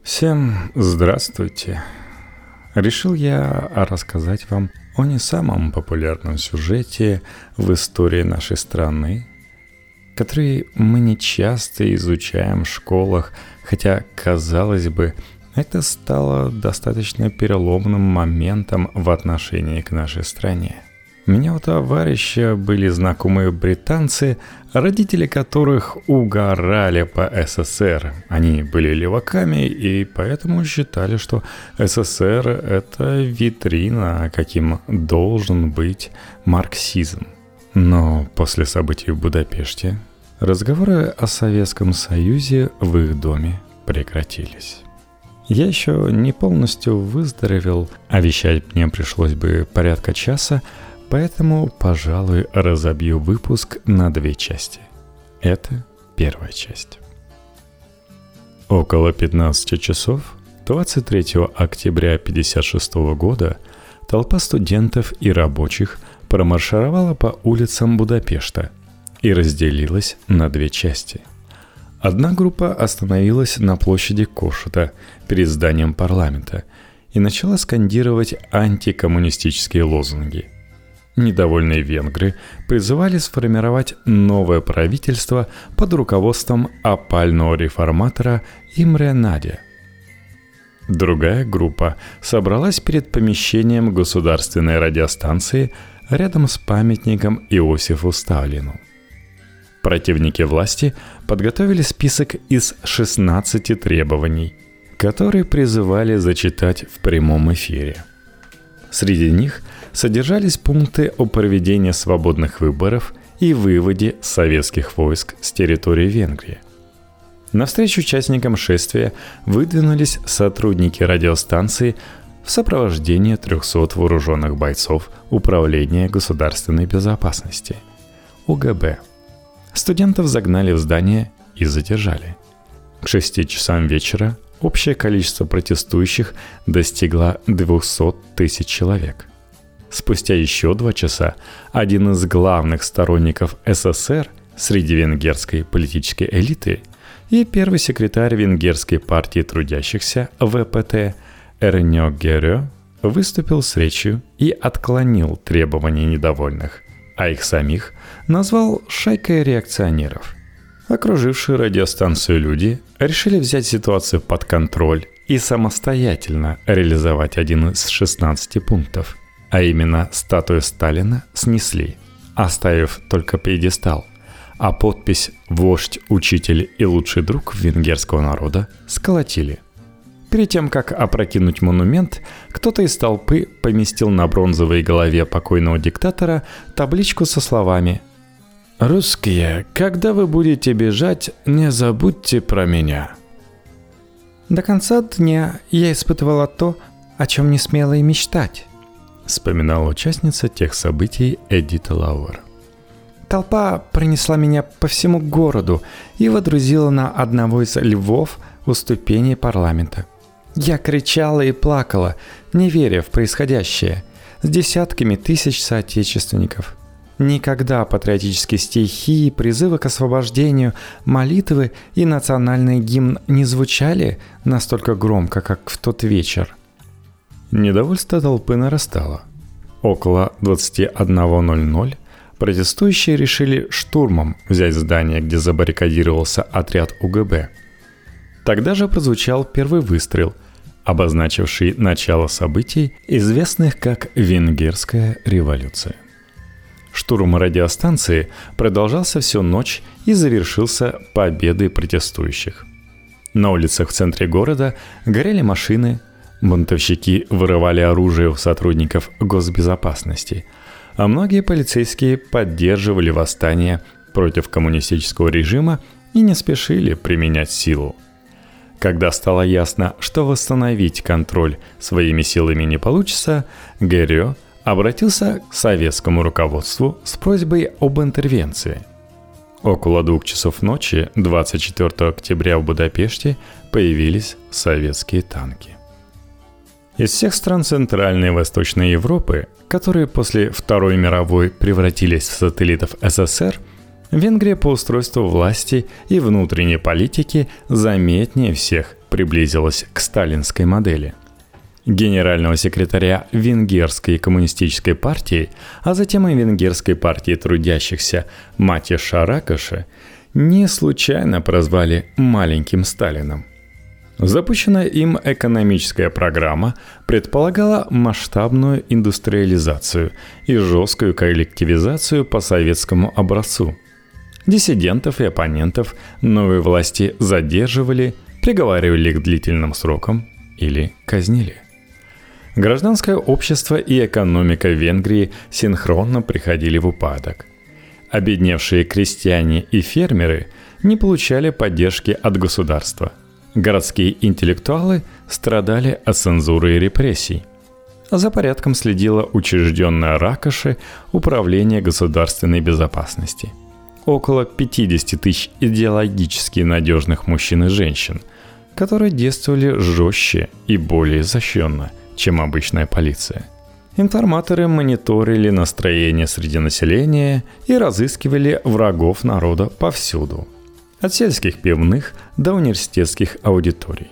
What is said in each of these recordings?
Всем здравствуйте. Решил я рассказать вам о не самом популярном сюжете в истории нашей страны, который мы не часто изучаем в школах, хотя, казалось бы, это стало достаточно переломным моментом в отношении к нашей стране. У меня у товарища были знакомые британцы, родители которых угорали по СССР. Они были леваками и поэтому считали, что СССР – это витрина, каким должен быть марксизм. Но после событий в Будапеште разговоры о Советском Союзе в их доме прекратились. Я еще не полностью выздоровел, а вещать мне пришлось бы порядка часа, поэтому, пожалуй, разобью выпуск на 2 части. Это первая часть. Около 15 часов 23 октября 1956 года толпа студентов и рабочих промаршировала по улицам Будапешта и разделилась на 2 части. Одна группа остановилась на площади Кошута перед зданием парламента и начала скандировать антикоммунистические лозунги. Недовольные венгры призывали сформировать новое правительство под руководством опального реформатора Имре Надя. Другая группа собралась перед помещением государственной радиостанции рядом с памятником Иосифу Сталину. Противники власти подготовили список из 16 требований, которые призывали зачитать в прямом эфире. Среди них содержались пункты о проведении свободных выборов и выводе советских войск с территории Венгрии. Навстречу участникам шествия выдвинулись сотрудники радиостанции в сопровождении 300 вооруженных бойцов Управления государственной безопасности УГБ. Студентов загнали в здание и задержали. К 6 часам вечера общее количество протестующих достигло 200 тысяч человек. Спустя еще 2 часа один из главных сторонников СССР среди венгерской политической элиты и первый секретарь Венгерской партии трудящихся ВПТ Эрньо Герё выступил с речью и отклонил требования недовольных, а их самих назвал шайкой реакционеров. Окружившие радиостанцию люди решили взять ситуацию под контроль и самостоятельно реализовать один из 16 пунктов, а именно статую Сталина снесли, оставив только пьедестал, а подпись «Вождь, учитель и лучший друг венгерского народа» сколотили. Перед тем, как опрокинуть монумент, кто-то из толпы поместил на бронзовой голове покойного диктатора табличку со словами «Русские, когда вы будете бежать, не забудьте про меня». До конца дня я испытывала то, о чем не смела и мечтать, вспоминала участница тех событий Эдита Лауэр. Толпа принесла меня по всему городу и водрузила на одного из львов у ступеней парламента. Я кричала и плакала, не веря в происходящее, с десятками тысяч соотечественников. Никогда патриотические стихи, призывы к освобождению, молитвы и национальный гимн не звучали настолько громко, как в тот вечер. Недовольство толпы нарастало. Около 21:00 протестующие решили штурмом взять здание, где забаррикадировался отряд УГБ. Тогда же прозвучал первый выстрел, обозначивший начало событий, известных как Венгерская революция. Штурм радиостанции продолжался всю ночь и завершился победой протестующих. На улицах в центре города горели машины, бунтовщики вырывали оружие у сотрудников госбезопасности, а многие полицейские поддерживали восстание против коммунистического режима и не спешили применять силу. Когда стало ясно, что восстановить контроль своими силами не получится, Герё обратился к советскому руководству с просьбой об интервенции. Около 2 часов ночи 24 октября в Будапеште появились советские танки. Из всех стран Центральной и Восточной Европы, которые после Второй мировой превратились в сателлитов СССР, Венгрия по устройству власти и внутренней политики заметнее всех приблизилась к сталинской модели. Генерального секретаря Венгерской коммунистической партии, а затем и Венгерской партии трудящихся Матиша Ракоша не случайно прозвали «маленьким Сталином». Запущенная им экономическая программа предполагала масштабную индустриализацию и жесткую коллективизацию по советскому образцу. Диссидентов и оппонентов новые власти задерживали, приговаривали к длительным срокам или казнили. Гражданское общество и экономика Венгрии синхронно приходили в упадок. Обедневшие крестьяне и фермеры не получали поддержки от государства. Городские интеллектуалы страдали от цензуры и репрессий. За порядком следило учрежденное Ракоши Управление государственной безопасности. Около 50 тысяч идеологически надежных мужчин и женщин, которые действовали жестче и более изощренно, чем обычная полиция. Информаторы мониторили настроение среди населения и разыскивали врагов народа повсюду. От сельских пивных до университетских аудиторий.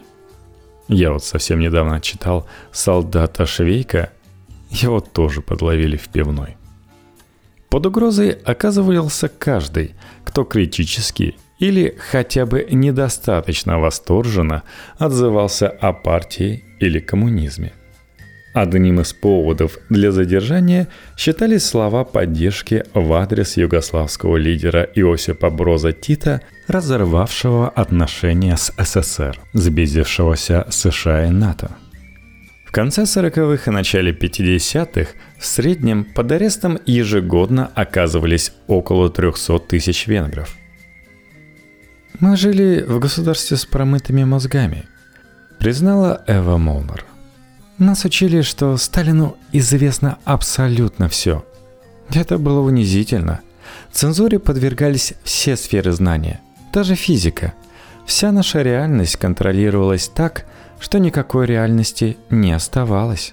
Я вот совсем недавно читал «Солдата Швейка», его тоже подловили в пивной. Под угрозой оказывался каждый, кто критически или хотя бы недостаточно восторженно отзывался о партии или коммунизме. Одним из поводов для задержания считались слова поддержки в адрес югославского лидера Иосипа Броза Тита, разорвавшего отношения с СССР, сблизившегося с США и НАТО. В конце 40-х и начале 50-х в среднем под арестом ежегодно оказывались около 300 тысяч венгров. «Мы жили в государстве с промытыми мозгами», признала Эва Молнар. «Нас учили, что Сталину известно абсолютно все. Это было унизительно. Цензуре подвергались все сферы знания, даже физика. Вся наша реальность контролировалась так, что никакой реальности не оставалось».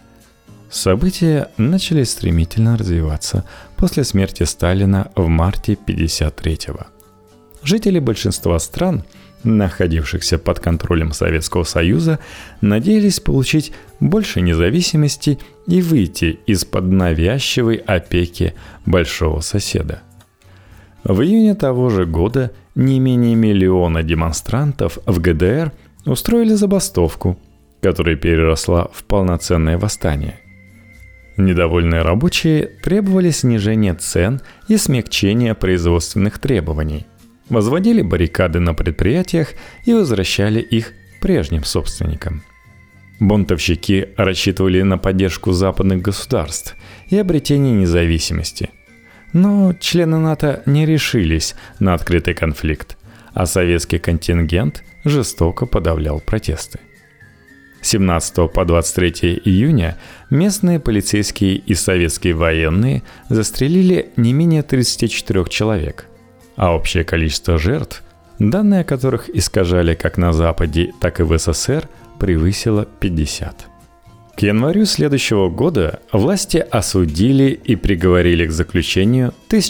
События начали стремительно развиваться после смерти Сталина в марте 1953-го. Жители большинства стран, находившихся под контролем Советского Союза, надеялись получить больше независимости и выйти из-под навязчивой опеки большого соседа. В июне того же года не менее миллиона демонстрантов в ГДР устроили забастовку, которая переросла в полноценное восстание. Недовольные рабочие требовали снижения цен и смягчения производственных требований, возводили баррикады на предприятиях и возвращали их прежним собственникам. Бунтовщики рассчитывали на поддержку западных государств и обретение независимости. Но члены НАТО не решились на открытый конфликт, а советский контингент жестоко подавлял протесты. С 17 по 23 июня местные полицейские и советские военные застрелили не менее 34 человек, а общее количество жертв, данные о которых искажали как на Западе, так и в СССР, превысило 50. К январю следующего года власти осудили и приговорили к заключению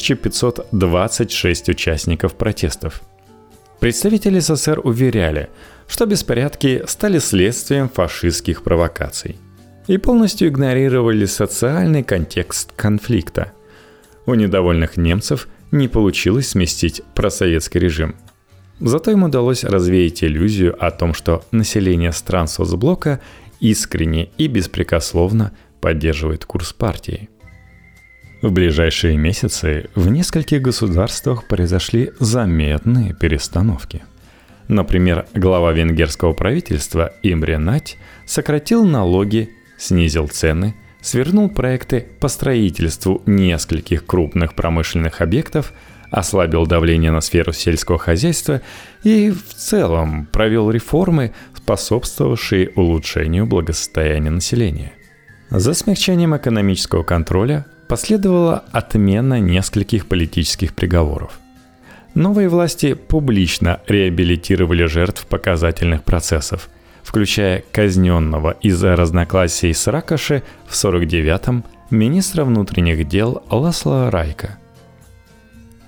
1526 участников протестов. Представители СССР уверяли, что беспорядки стали следствием фашистских провокаций и полностью игнорировали социальный контекст конфликта. У недовольных немцев не получилось сместить просоветский режим. Зато им удалось развеять иллюзию о том, что население стран соцблока искренне и беспрекословно поддерживает курс партии. В ближайшие месяцы в нескольких государствах произошли заметные перестановки. Например, глава венгерского правительства Имре Надь сократил налоги, снизил цены, свернул проекты по строительству нескольких крупных промышленных объектов, ослабил давление на сферу сельского хозяйства и в целом провел реформы, способствовавшие улучшению благосостояния населения. За смягчением экономического контроля последовала отмена нескольких политических приговоров. Новые власти публично реабилитировали жертв показательных процессов, включая казненного из-за разногласий с Ракоши в 1949-м министра внутренних дел Ласло Райка.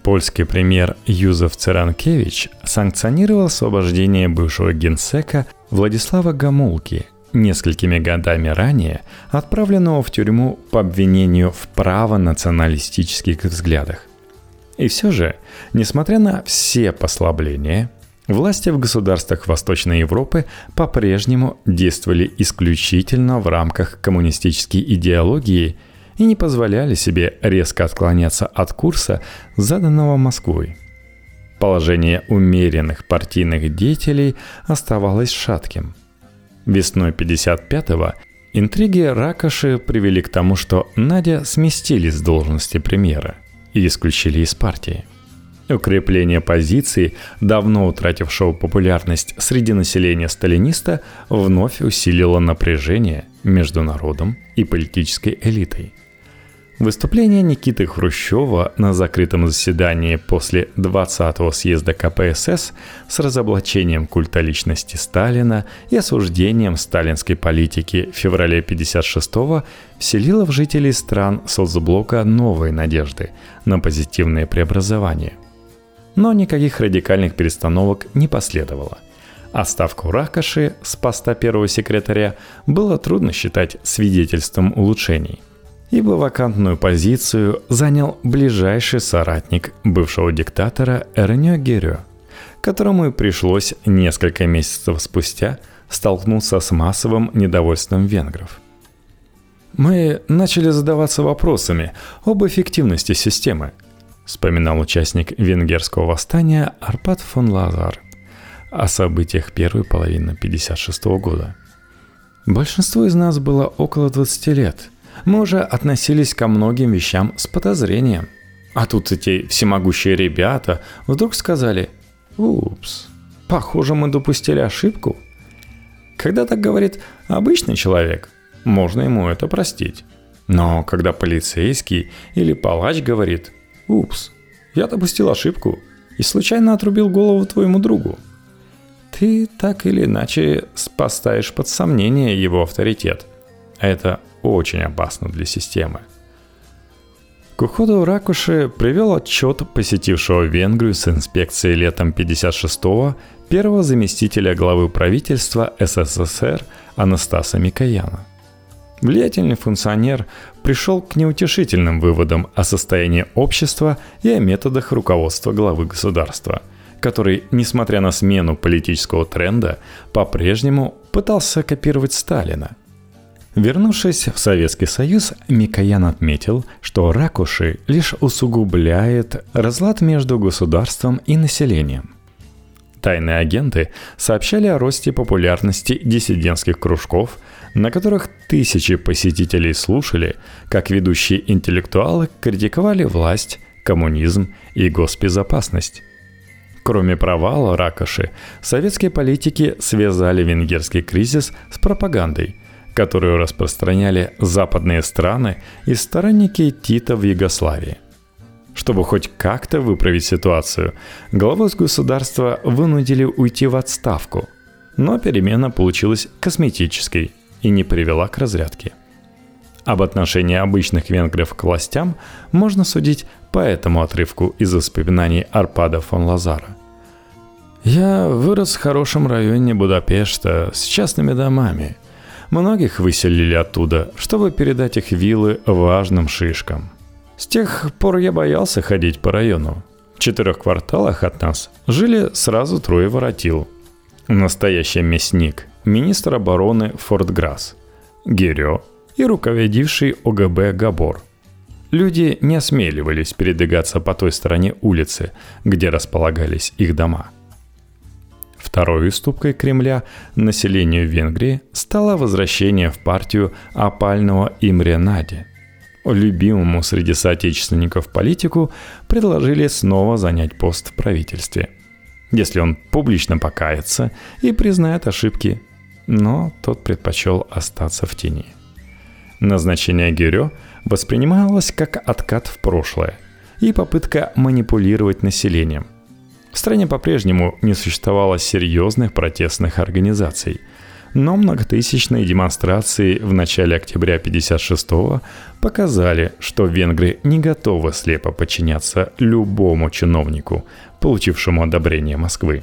польский премьер Юзеф Церанкевич санкционировал освобождение бывшего генсека Владислава Гомулки, несколькими годами ранее отправленного в тюрьму по обвинению в правонационалистических взглядах. И все же, несмотря на все послабления, власти в государствах Восточной Европы по-прежнему действовали исключительно в рамках коммунистической идеологии и не позволяли себе резко отклоняться от курса, заданного Москвой. Положение умеренных партийных деятелей оставалось шатким. Весной 1955-го интриги Ракоши привели к тому, что Надя сместили с должности премьера и исключили из партии. Укрепление позиций, давно утратившего популярность среди населения сталиниста, вновь усилило напряжение между народом и политической элитой. Выступление Никиты Хрущева на закрытом заседании после 20-го съезда КПСС с разоблачением культа личности Сталина и осуждением сталинской политики в феврале 1956-го вселило в жителей стран соцблока новые надежды на позитивные преобразования. Но никаких радикальных перестановок не последовало. Отставку Ракоши с поста первого секретаря было трудно считать свидетельством улучшений, ибо вакантную позицию занял ближайший соратник бывшего диктатора Эрнё Герё, которому и пришлось несколько месяцев спустя столкнуться с массовым недовольством венгров. «Мы начали задаваться вопросами об эффективности системы», вспоминал участник венгерского восстания Арпад фон Лазар о событиях первой половины 1956 года. «Большинству из нас было около 20 лет. Мы уже относились ко многим вещам с подозрением. А тут эти всемогущие ребята вдруг сказали: «Упс, похоже, мы допустили ошибку». Когда так говорит обычный человек, можно ему это простить. Но когда полицейский или палач говорит: «Упс, я допустил ошибку и случайно отрубил голову твоему другу», ты так или иначе поставишь под сомнение его авторитет. А это очень опасно для системы. К уходу Ракоши привел отчет посетившего Венгрию с инспекцией летом 1956-го первого заместителя главы правительства СССР Анастаса Микояна. Влиятельный функционер пришел к неутешительным выводам о состоянии общества и о методах руководства главы государства, который, несмотря на смену политического тренда, по-прежнему пытался копировать Сталина. Вернувшись в Советский Союз, Микоян отметил, что Ракоши лишь усугубляет разлад между государством и населением. Тайные агенты сообщали о росте популярности диссидентских кружков, на которых тысячи посетителей слушали, как ведущие интеллектуалы критиковали власть, коммунизм и госбезопасность. Кроме провала Ракоши, советские политики связали венгерский кризис с пропагандой, которую распространяли западные страны и сторонники Тита в Югославии. Чтобы хоть как-то выправить ситуацию, главу государства вынудили уйти в отставку, но перемена получилась косметической и не привела к разрядке. Об отношении обычных венгров к властям можно судить по этому отрывку из воспоминаний Арпада фон Лазара. «Я вырос в хорошем районе Будапешта с частными домами. Многих выселили оттуда, чтобы передать их виллы важным шишкам. С тех пор я боялся ходить по району. В 4 кварталах от нас жили сразу 3 воротил. Настоящий мясник, министр обороны Фортграсс, Герё и руководивший ОГБ Габор. Люди не осмеливались передвигаться по той стороне улицы, где располагались их дома». Второй уступкой Кремля населению Венгрии стало возвращение в партию опального Имре Нади. Любимому среди соотечественников политику предложили снова занять пост в правительстве, если он публично покается и признает ошибки, но тот предпочел остаться в тени. Назначение Герё воспринималось как откат в прошлое и попытка манипулировать населением. В стране по-прежнему не существовало серьезных протестных организаций, но многотысячные демонстрации в начале октября 1956-го показали, что венгры не готовы слепо подчиняться любому чиновнику, получившему одобрение Москвы.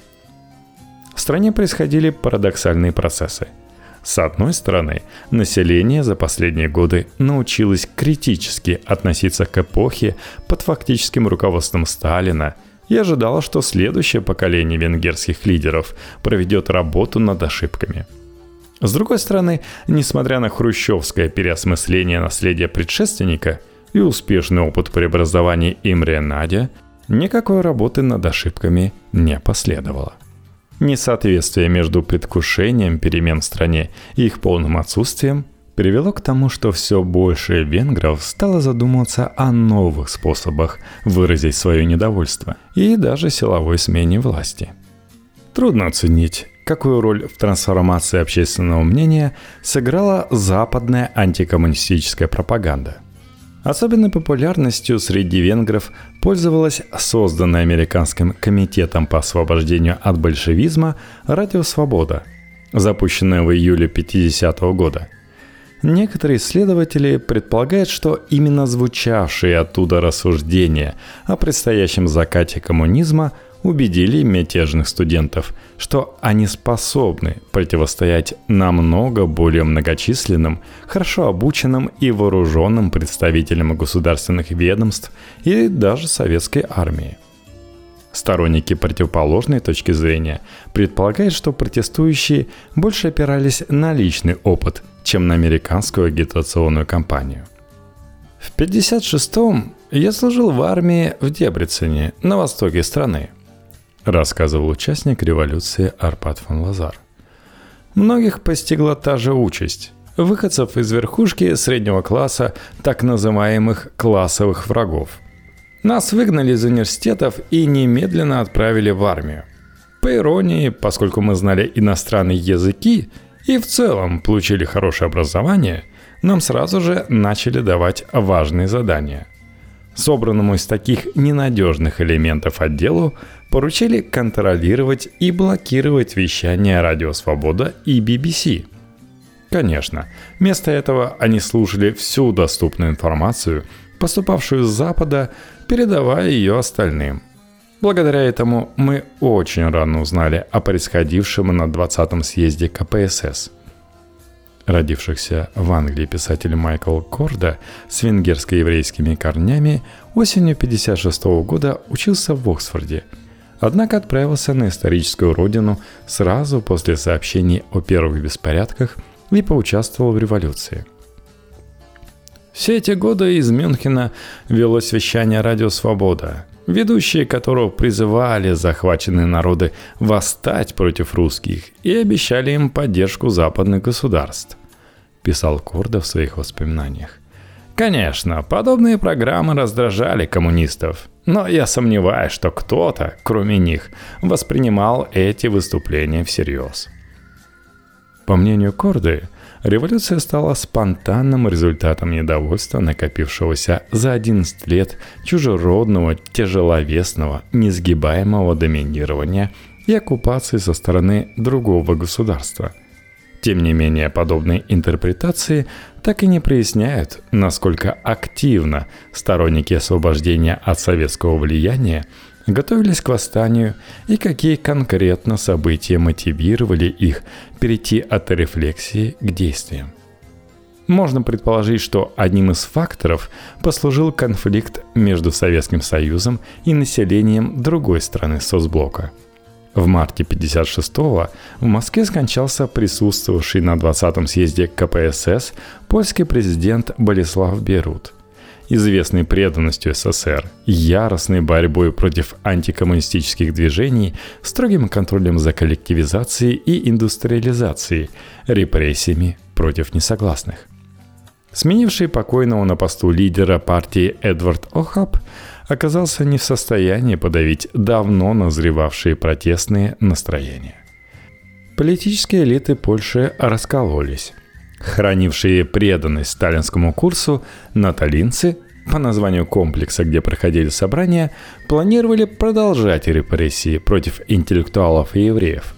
В стране происходили парадоксальные процессы. С одной стороны, население за последние годы научилось критически относиться к эпохе под фактическим руководством Сталина и ожидало, что следующее поколение венгерских лидеров проведет работу над ошибками. С другой стороны, несмотря на хрущевское переосмысление наследия предшественника и успешный опыт преобразования Имре Надя, никакой работы над ошибками не последовало. Несоответствие между предвкушением перемен в стране и их полным отсутствием привело к тому, что все больше венгров стало задумываться о новых способах выразить свое недовольство и даже силовой смене власти. Трудно оценить, какую роль в трансформации общественного мнения сыграла западная антикоммунистическая пропаганда. Особенной популярностью среди венгров пользовалась созданная Американским комитетом по освобождению от большевизма «Радио Свобода», запущенная в июле 1950 года. Некоторые исследователи предполагают, что именно звучавшие оттуда рассуждения о предстоящем закате коммунизма убедили мятежных студентов, что они способны противостоять намного более многочисленным, хорошо обученным и вооруженным представителям государственных ведомств и даже советской армии. Сторонники противоположной точки зрения предполагают, что протестующие больше опирались на личный опыт, чем на американскую агитационную кампанию. В 1956-м я служил в армии в Дебрецене, на востоке страны, рассказывал участник революции Арпад фон Лазар. Многих постигла та же участь. Выходцев из верхушки среднего класса, так называемых классовых врагов. Нас выгнали из университетов и немедленно отправили в армию. По иронии, поскольку мы знали иностранные языки и в целом получили хорошее образование, нам сразу же начали давать важные задания. Собранному из таких ненадежных элементов отделу поручили контролировать и блокировать вещание «Радио Свобода» и BBC. Конечно, вместо этого они слушали всю доступную информацию, поступавшую с Запада, передавая ее остальным. Благодаря этому мы очень рано узнали о происходившем на 20-м съезде КПСС. Родившийся в Англии писатель Майкл Корда с венгерско-еврейскими корнями осенью 1956 года учился в Оксфорде, однако отправился на историческую родину сразу после сообщений о первых беспорядках и поучаствовал в революции. Все эти годы из Мюнхена велось вещание «Радио Свобода», ведущие которого призывали захваченные народы восстать против русских и обещали им поддержку западных государств, писал Корда в своих воспоминаниях. Конечно, подобные программы раздражали коммунистов, но я сомневаюсь, что кто-то, кроме них, воспринимал эти выступления всерьез. По мнению Корды, революция стала спонтанным результатом недовольства, накопившегося за 11 лет чужеродного, тяжеловесного, несгибаемого доминирования и оккупации со стороны другого государства. Тем не менее, подобные интерпретации так и не проясняют, насколько активно сторонники освобождения от советского влияния готовились к восстанию и какие конкретно события мотивировали их перейти от рефлексии к действиям. Можно предположить, что одним из факторов послужил конфликт между Советским Союзом и населением другой страны соцблока. В марте 1956-го в Москве скончался присутствовавший на 20-м съезде КПСС польский президент Болеслав Бierut. Известный преданностью СССР, яростной борьбой против антикоммунистических движений, строгим контролем за коллективизацией и индустриализацией, репрессиями против несогласных. Сменивший покойного на посту лидера партии Эдвард Охап оказался не в состоянии подавить давно назревавшие протестные настроения. Политические элиты Польши раскололись. Хранившие преданность сталинскому курсу наталинцы, по названию комплекса, где проходили собрания, планировали продолжать репрессии против интеллектуалов и евреев.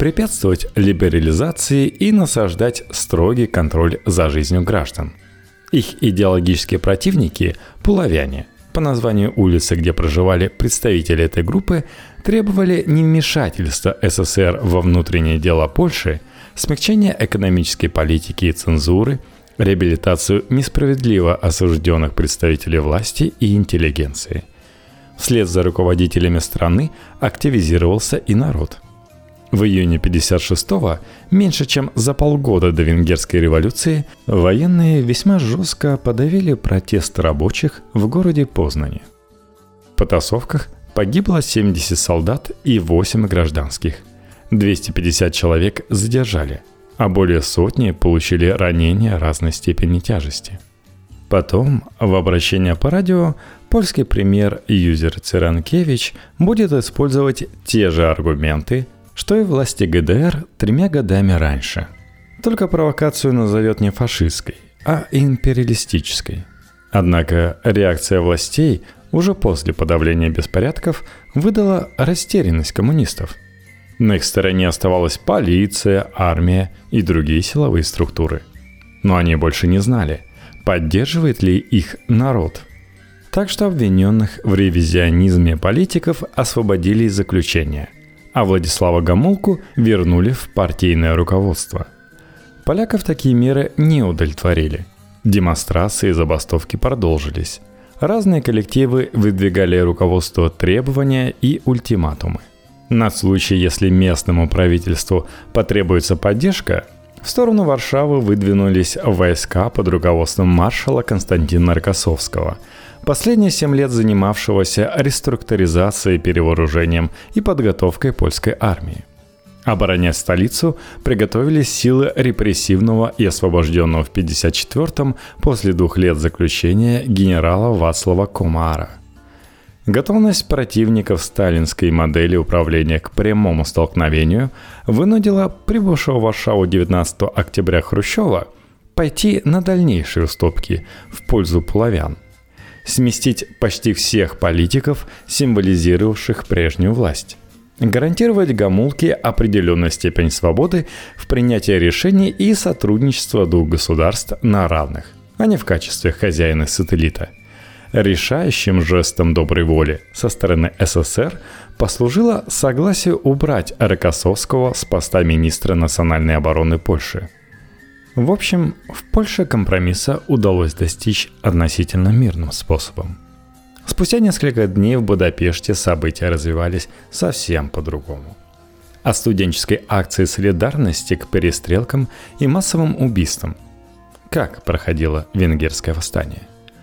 препятствовать либерализации и насаждать строгий контроль за жизнью граждан. Их идеологические противники – пулавяне, по названию улицы, где проживали представители этой группы, требовали невмешательства СССР во внутренние дела Польши, смягчения экономической политики и цензуры, реабилитацию несправедливо осужденных представителей власти и интеллигенции. Вслед за руководителями страны активизировался и народ. В июне 1956-го, меньше чем за полгода до Венгерской революции, военные весьма жестко подавили протест рабочих в городе Познане. В потасовках погибло 70 солдат и 8 гражданских. 250 человек задержали, а более сотни получили ранения разной степени тяжести. Потом, в обращении по радио, польский премьер Юзер Циранкевич будет использовать те же аргументы, что и власти ГДР 3 годами раньше. Только провокацию назовет не фашистской, а империалистической. Однако реакция властей уже после подавления беспорядков выдала растерянность коммунистов. На их стороне оставалась полиция, армия и другие силовые структуры. Но они больше не знали, поддерживает ли их народ. Так что обвиненных в ревизионизме политиков освободили из заключения, а Владислава Гомулку вернули в партийное руководство. Поляков такие меры не удовлетворили. Демонстрации и забастовки продолжились. Разные коллективы выдвигали руководству требования и ультиматумы. На случай, если местному правительству потребуется поддержка, в сторону Варшавы выдвинулись войска под руководством маршала Константина Рокоссовского, последние 7 лет занимавшегося реструктуризацией, перевооружением и подготовкой польской армии. Оборонять столицу приготовились силы репрессивного и освобожденного в 1954-м после 2 лет заключения генерала Вацлава Комара. Готовность противников сталинской модели управления к прямому столкновению вынудила прибывшего в Варшаву 19 октября Хрущева пойти на дальнейшие уступки в пользу пулавян, сместить почти всех политиков, символизировавших прежнюю власть, гарантировать Гомулке определенную степень свободы в принятии решений и сотрудничества 2 государств на равных, а не в качестве хозяина-сателлита. Решающим жестом доброй воли со стороны СССР послужило согласие убрать Рокоссовского с поста министра национальной обороны Польши. В общем, в Польше компромисса удалось достичь относительно мирным способом. Спустя несколько дней в Будапеште события развивались совсем по-другому. От студенческой акции солидарности к перестрелкам и массовым убийствам. Как проходило венгерское восстание?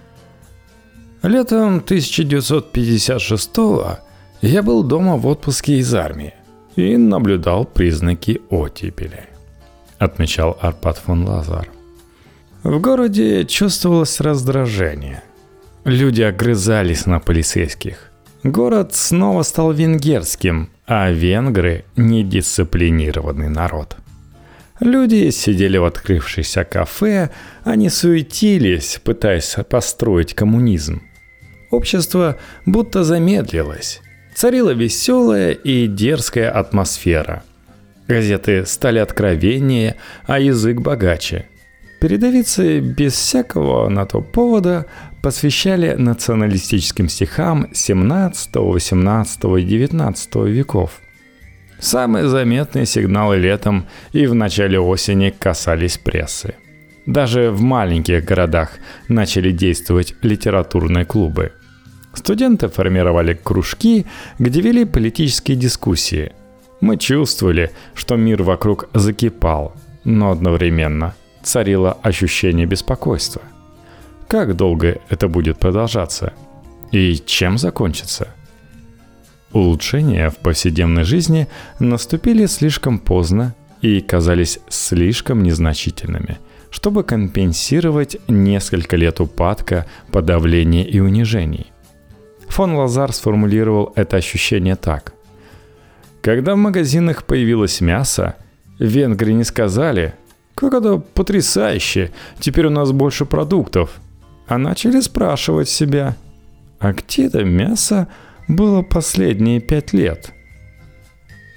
Летом 1956-го я был дома в отпуске из армии и наблюдал признаки оттепели, отмечал Арпад фон Лазар. В городе чувствовалось раздражение. Люди огрызались на полицейских. Город снова стал венгерским, а венгры – недисциплинированный народ. Люди сидели в открывшихся кафе, они суетились, пытаясь построить коммунизм. Общество будто замедлилось. Царила веселая и дерзкая атмосфера. Газеты стали откровеннее, а язык богаче. Передовицы без всякого на то повода посвящали националистическим стихам 17, 18 и 19 веков. Самые заметные сигналы летом и в начале осени касались прессы. Даже в маленьких городах начали действовать литературные клубы. Студенты формировали кружки, где вели политические дискуссии. Мы чувствовали, что мир вокруг закипал, но одновременно царило ощущение беспокойства. Как долго это будет продолжаться? И чем закончится? Улучшения в повседневной жизни наступили слишком поздно и казались слишком незначительными, чтобы компенсировать несколько лет упадка, подавления и унижений. Фон Лазар сформулировал это ощущение так. Когда в магазинах появилось мясо, венгры не сказали: «Как это потрясающе, теперь у нас больше продуктов», а начали спрашивать себя: «А где это мясо было последние 5 лет?»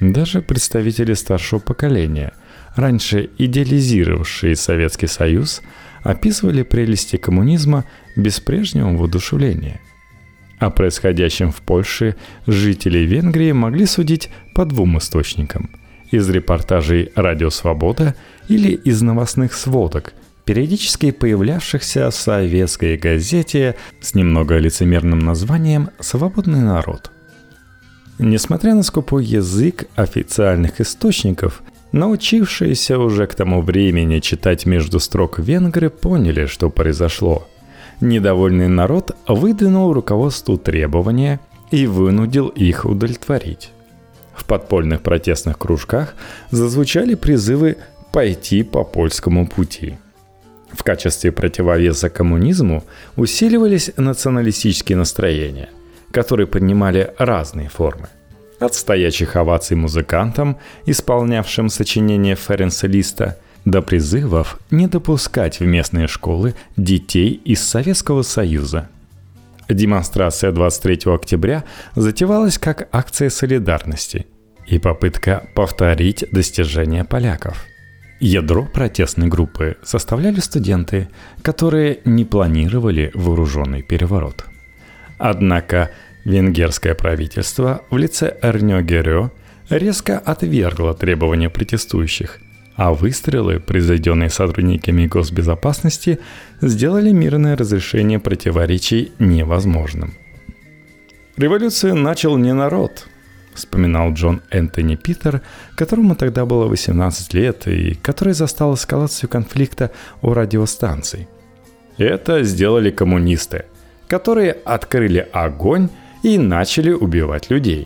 Даже представители старшего поколения, раньше идеализировавшие Советский Союз, описывали прелести коммунизма без прежнего воодушевления. О происходящем в Польше жители Венгрии могли судить по двум источникам – из репортажей «Радио Свобода» или из новостных сводок, периодически появлявшихся в советской газете с немного лицемерным названием «Свободный народ». Несмотря на скупой язык официальных источников, научившиеся уже к тому времени читать между строк венгры поняли, что произошло. Недовольный народ выдвинул руководству требования и вынудил их удовлетворить. В подпольных протестных кружках зазвучали призывы пойти по польскому пути. В качестве противовеса коммунизму усиливались националистические настроения, которые принимали разные формы. От стоячих оваций музыкантам, исполнявшим сочинения Ференца Листа, до призывов не допускать в местные школы детей из Советского Союза. Демонстрация 23 октября затевалась как акция солидарности и попытка повторить достижения поляков. Ядро протестной группы составляли студенты, которые не планировали вооруженный переворот. Однако венгерское правительство в лице Эрньо Герё резко отвергло требования протестующих, а выстрелы, произведенные сотрудниками госбезопасности, сделали мирное разрешение противоречий невозможным. «Революцию начал не народ», — вспоминал Джон Энтони Питер, которому тогда было 18 лет и который застал эскалацию конфликта у радиостанций. «Это сделали коммунисты, которые открыли огонь и начали убивать людей».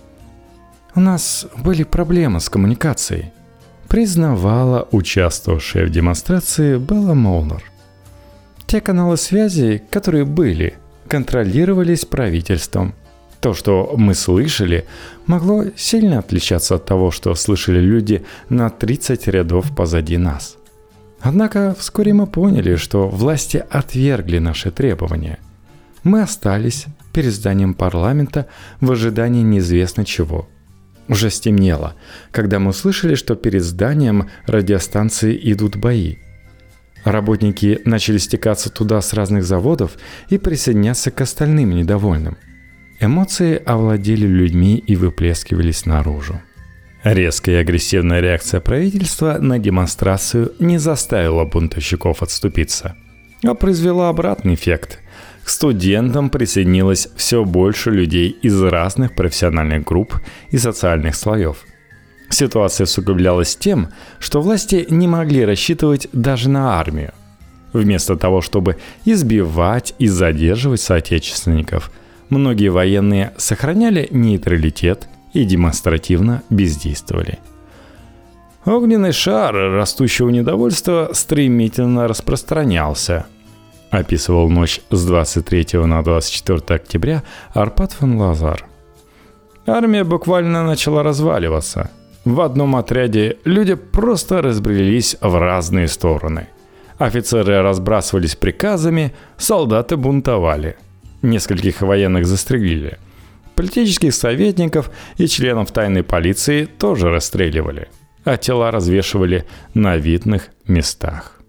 «У нас были проблемы с коммуникацией», признавала участвовавшая в демонстрации Белла Молнер. Те каналы связи, которые были, контролировались правительством. То, что мы слышали, могло сильно отличаться от того, что слышали люди на 30 рядов позади нас. Однако вскоре мы поняли, что власти отвергли наши требования. Мы остались перед зданием парламента в ожидании неизвестно чего. Уже стемнело, когда мы услышали, что перед зданием радиостанции идут бои. Работники начали стекаться туда с разных заводов и присоединяться к остальным недовольным. Эмоции овладели людьми и выплескивались наружу. Резкая и агрессивная реакция правительства на демонстрацию не заставила бунтовщиков отступиться, а произвела обратный эффект. К студентам присоединилось все больше людей из разных профессиональных групп и социальных слоев. Ситуация усугублялась тем, что власти не могли рассчитывать даже на армию. Вместо того, чтобы избивать и задерживать соотечественников, многие военные сохраняли нейтралитет и демонстративно бездействовали. Огненный шар растущего недовольства стремительно распространялся, описывал ночь с 23 на 24 октября Арпад фон Лазар. Армия буквально начала разваливаться. В одном отряде люди просто разбрелись в разные стороны. Офицеры разбрасывались приказами, солдаты бунтовали. Нескольких военных застрелили. Политических советников и членов тайной полиции тоже расстреливали, а тела развешивали на видных местах.